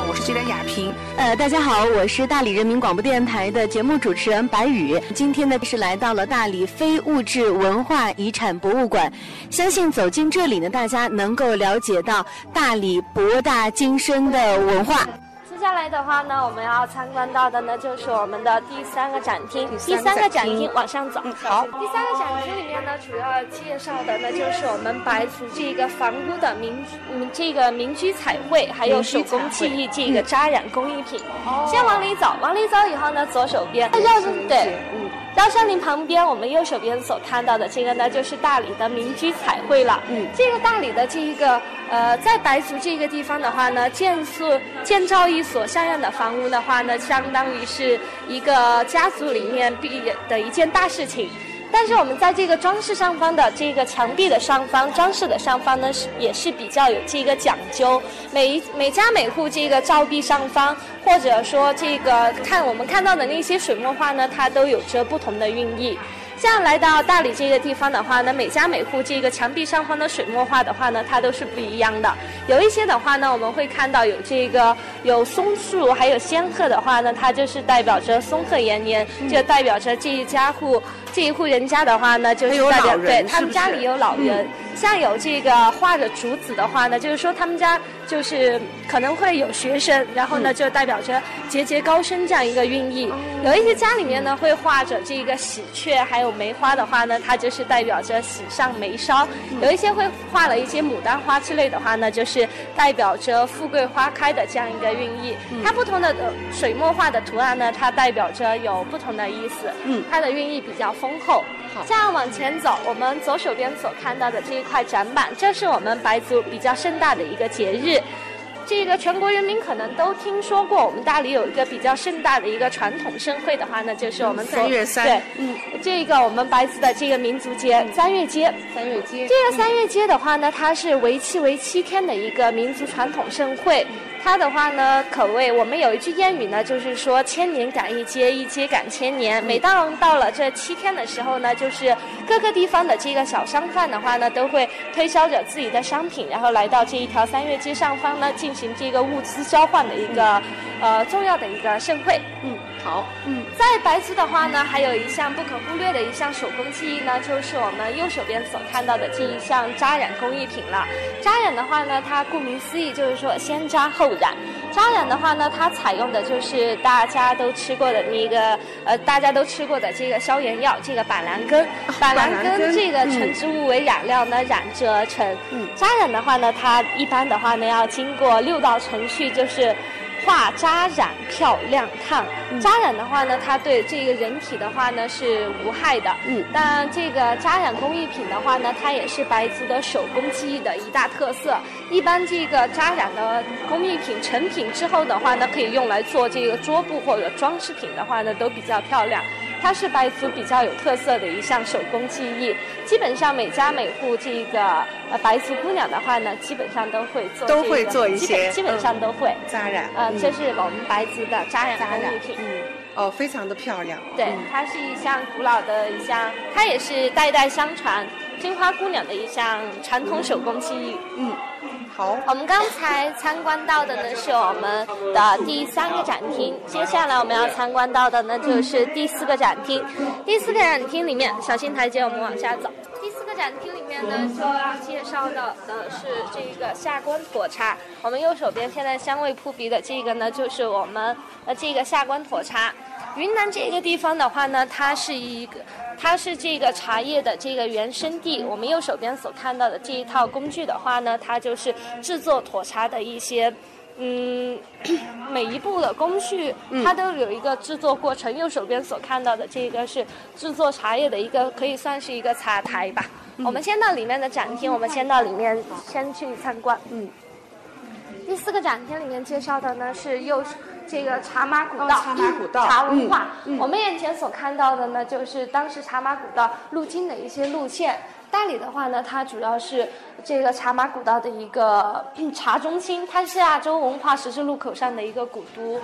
我是记者雅萍。 大家好，我是大理人民广播电台的节目主持人白宇。今天呢是来到了大理非物质文化遗产博物馆，相信走进这里呢，大家能够了解到大理博大精深的文化。 接下来的话呢，我们要参观到的呢就是我们的第三个展厅。第三个展厅往上走。 好。 第三个展厅里面呢，主要介绍的呢就是我们白族这个房屋的民居彩绘，还有手工技艺这个扎染工艺品。先往里走，往里走以后呢，左手边绕山林旁边，我们右手边所看到的这个呢，就是大理的民居彩绘了。这个大理的这一个在白族这个地方的话呢，建造一所像样的房屋的话呢，相当于是一个家族里面必的一件大事情。但是我们在这个装饰上方的这个墙壁的上方，装饰的上方呢，也是比较有这个讲究。每家每户这个照壁上方，或者说这个我们看到的那些水墨画呢，它都有着不同的寓意。像来到大理这个地方的话呢，每家每户这个墙壁上方的水墨画的话呢，它都是不一样的。有一些的话呢，我们会看到有松树，还有仙鹤的话呢，它就是代表着松鹤延年，就代表着这一户人家的话呢，就是代表对他们家里有老人。像有这个画着竹子的话呢，就是说他们家就是可能会有学生，然后呢就代表着节节高升这样一个寓意。有一些家里面呢会画着这个喜鹊还有梅花的话呢，它就是代表着喜上眉梢。有一些会画了一些牡丹花之类的话呢，就是代表着富贵花开的这样一个寓意。它不同的水墨画的图案呢，它代表着有不同的意思。它的寓意比较丰厚。这样往前走，我们左手边所看到的这一块展板，这是我们白族比较盛大的一个节日。这个全国人民可能都听说过，我们大理有一个比较盛大的一个传统盛会的话呢，就是我们 3月3。 对，这个我们白族的这个民族节三月节。这个三月节的话呢，它是为期7天的一个民族传统盛会。它的话呢，可谓我们有一句谚语呢，就是说千年赶一节，一节赶千年。每当到了这7天的时候呢，就是各个地方的这个小商贩的话呢，都会推销着自己的商品，然后来到这一条三月街上方呢，进行这个物资交换的一个重要的一个盛会。 好。 在白族的话呢，还有一项不可忽略的一项手工技艺呢，就是我们右手边所看到的这一项扎染工艺品了。扎染的话呢，它顾名思义就是说先扎后染。扎染的话呢，它采用的就是大家都吃过的这个消炎药，这个板蓝根。板蓝根这个纯植物为染料呢，染制而成。扎染的话呢，它一般的话呢，要经过6道程序，就是画、扎、染、漂、亮、烫。扎染的话呢，它对这个人体的话呢是无害的。当然这个扎染工艺品的话呢，它也是白族的手工技艺的一大特色。一般这个扎染的工艺品成品之后的话呢，可以用来做这个桌布或者装饰品的话呢，都比较漂亮。它是白族比较有特色的一项手工技艺，基本上每家每户这个白族姑娘的话呢，基本上都会做一些，基本上都会扎染。 这是我们白族的扎染工艺品。 非常的漂亮。 对，它是一项古老的一项，它也是代代相传金花姑娘的一项传统手工技艺。 好， 我们刚才参观到的呢是我们的第3个展厅，接下来我们要参观到的呢就是第4个展厅。第4个展厅里面，小心台阶，我们往下走。第4个展厅里面呢，就要介绍到的是这个下关沱茶。我们右手边现在香味扑鼻的这个呢，就是我们这个下关沱茶。云南这个地方的话呢，它是这个茶叶的这个原生地。我们右手边所看到的这一套工具的话呢，它就是制作沱茶的一些每一步的工序它都有一个制作过程。右手边所看到的这个是制作茶叶的一个，可以算是一个茶台吧。我们先到里面的展厅，我们先到里面先去参观。第4个展厅里面介绍的呢是这个茶马古道，茶文化。我们眼前所看到的呢，就是当时茶马古道路经的一些路线。大理的话呢，它主要是这个茶马古道的一个茶中心，它是亚洲文化十字路口上的一个古都。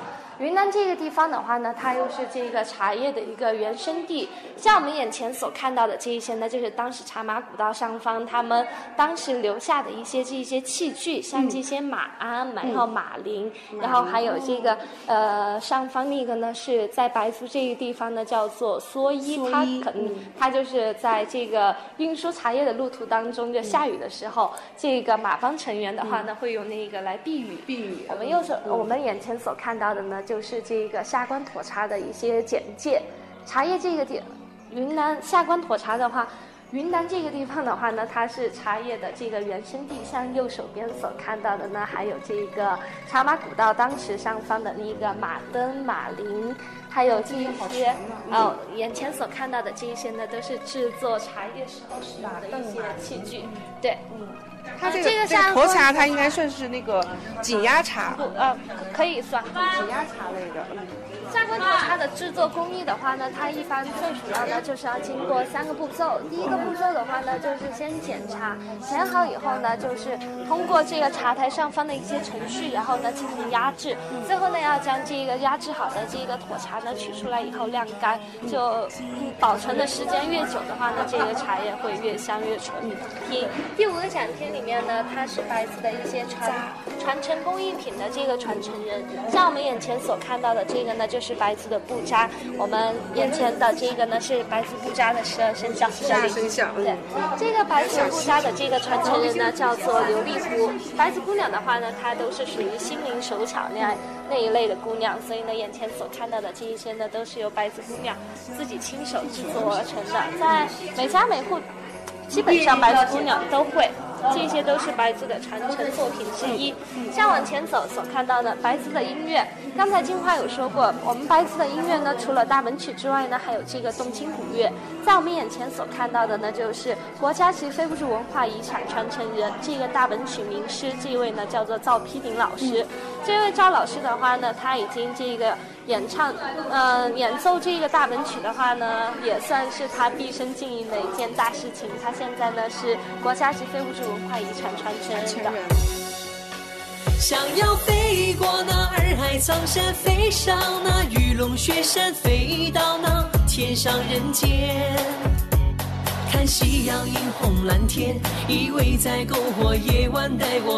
云南这个地方的话呢，它又是这个茶叶的一个原生地。像我们眼前所看到的这一些呢，就是当时茶马古道上方他们当时留下的一些这些器具，像这些马鞍，然后马铃，然后还有这个上方那个呢是在白族这个地方呢叫做蓑衣，它就是在这个运输茶叶的路途当中，就下雨的时候，这个马帮成员的话呢会用那个来避雨。我们眼前所看到的呢，就是这个下关沱茶的一些简介。茶叶这个云南下关沱茶的话，云南这个地方的话呢，它是茶叶的这个原生地。像右手边所看到的呢，还有这个茶马古道当时上方的那个马灯、马铃，还有这一些眼前所看到的这一些呢，都是制作茶叶时候使用的一些器具。对， 它这个沱茶，它应该算是那个紧压茶， 可以算紧压茶类的。 下关沱茶的制作工艺的话呢，它一般最主要呢就是要经过3个步骤。第一个步骤的话呢，就是先剪茶，剪好以后呢，就是通过这个茶台上方的一些程序，然后呢进行压制，最后呢要将这个压制好的这个沱茶呢取出来以后晾干，就保存的时间越久的话呢，这个茶叶会越香越纯。第5个展厅里面呢，它是白族的一些传承工艺品的这个传承人，像我们眼前所看到的这个呢，就是白族的布扎。我们眼前的这个呢是白族布扎的12生肖。对，这个白族布扎的这个传承人呢叫做琉璃姑。白族姑娘的话呢，她都是属于心灵手巧那一类的姑娘，所以呢，眼前所看到的这一些呢，都是由白族姑娘自己亲手制作而成的，在每家每户基本上白族姑娘都会。这些都是白族的传承作品之一。像往前走所看到的白族的音乐，刚才金花有说过，我们白族的音乐呢，除了大本曲之外呢，还有这个动听古乐。在我们眼前所看到的呢，就是国家级非物质文化遗产传承人，这个大本曲名师，这位呢叫做赵丕鼎老师。这位赵老师的话呢，他已经这个演奏这个大本曲的话呢，也算是他毕生经营的一件大事情。他现在呢是国家级非物质文化遗产传承人的。 想要飞过那洱海苍山，飞上那玉龙雪山，飞到那天上人间，看夕阳映红蓝天，依偎在篝火夜晚带我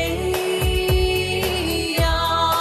飞扬。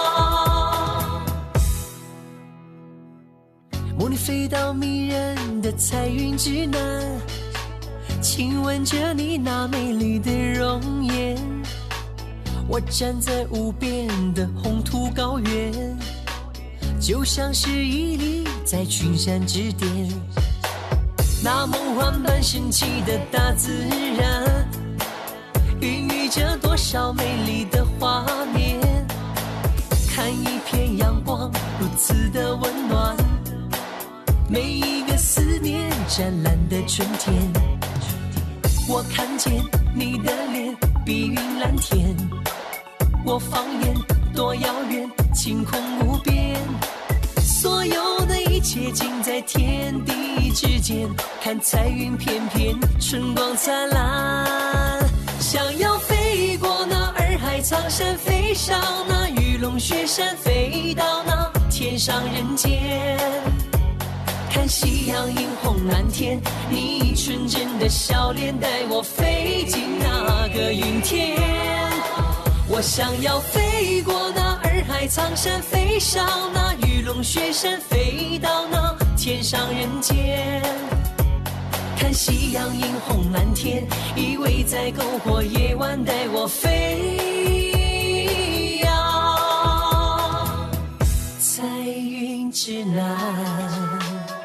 梦里飞到迷人的彩云之南，亲吻着你那美丽的容颜，我站在无边的红土高原，就像是屹立在群山之巅。那梦幻般神奇的大自然，孕育着多少美丽的画面。看一片阳光如此的温暖，每一个思念湛蓝的春天。我看见你的脸碧云蓝天，我放眼多遥远，晴空无边，所有的一切尽在天地之间。看彩云片片，春光灿烂，想要飞过那洱海苍山，飞上那玉龙雪山，飞到那天上人间，看夕阳映红蓝天，你纯真的笑脸带我飞进那个云天。我想要飞过那洱海苍山，飞上那玉龙雪山，飞到那天上人间，看夕阳映红蓝天，依偎在篝火夜晚带我飞扬，彩云之南。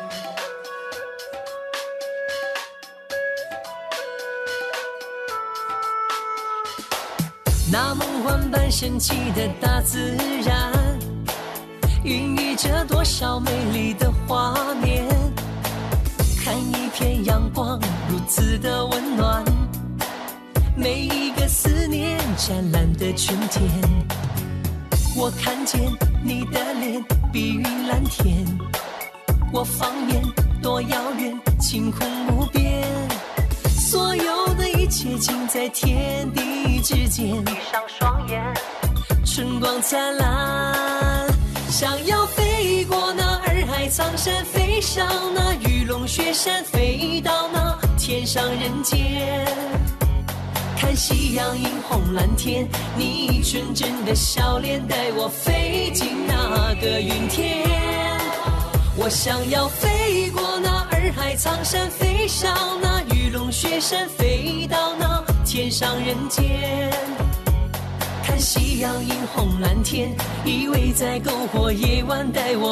那梦幻般神奇的大自然，孕育着多少美丽的画面。看一片阳光如此的温暖，每一个思念湛蓝的春天。我看见你的脸碧云蓝天，我放眼多遥远，晴空无边，所有的一切尽在天地之间。闭上双眼，春光灿烂， 想要飞过那洱海苍山，飞上那玉龙雪山，飞到那天上人间，看夕阳映红蓝天，你纯真的笑脸带我飞进那个云天。我想要飞过那洱海苍山，飞上那玉龙雪山，飞到那天上人间，看夕阳映红蓝天，依偎在篝火夜晚带我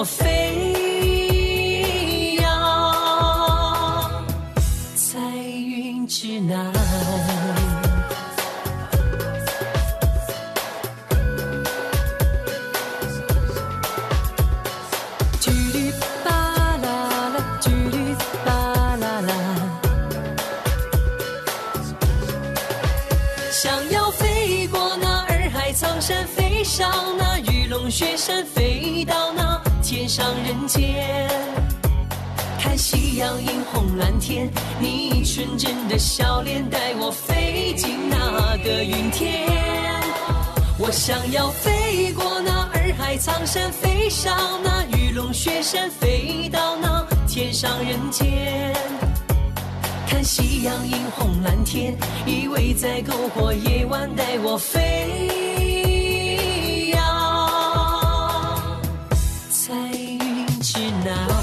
飞扬在云之南。想要飞过那洱海苍山，飞上那玉龙雪山，飞到那天上人间，看夕阳映红蓝天，你纯真的笑脸带我飞进那个云天。我想要飞过那洱海苍山，飞上那玉龙雪山，飞到那天上人间，看夕阳映红蓝天，依偎在篝火夜晚带我飞扬在云之南。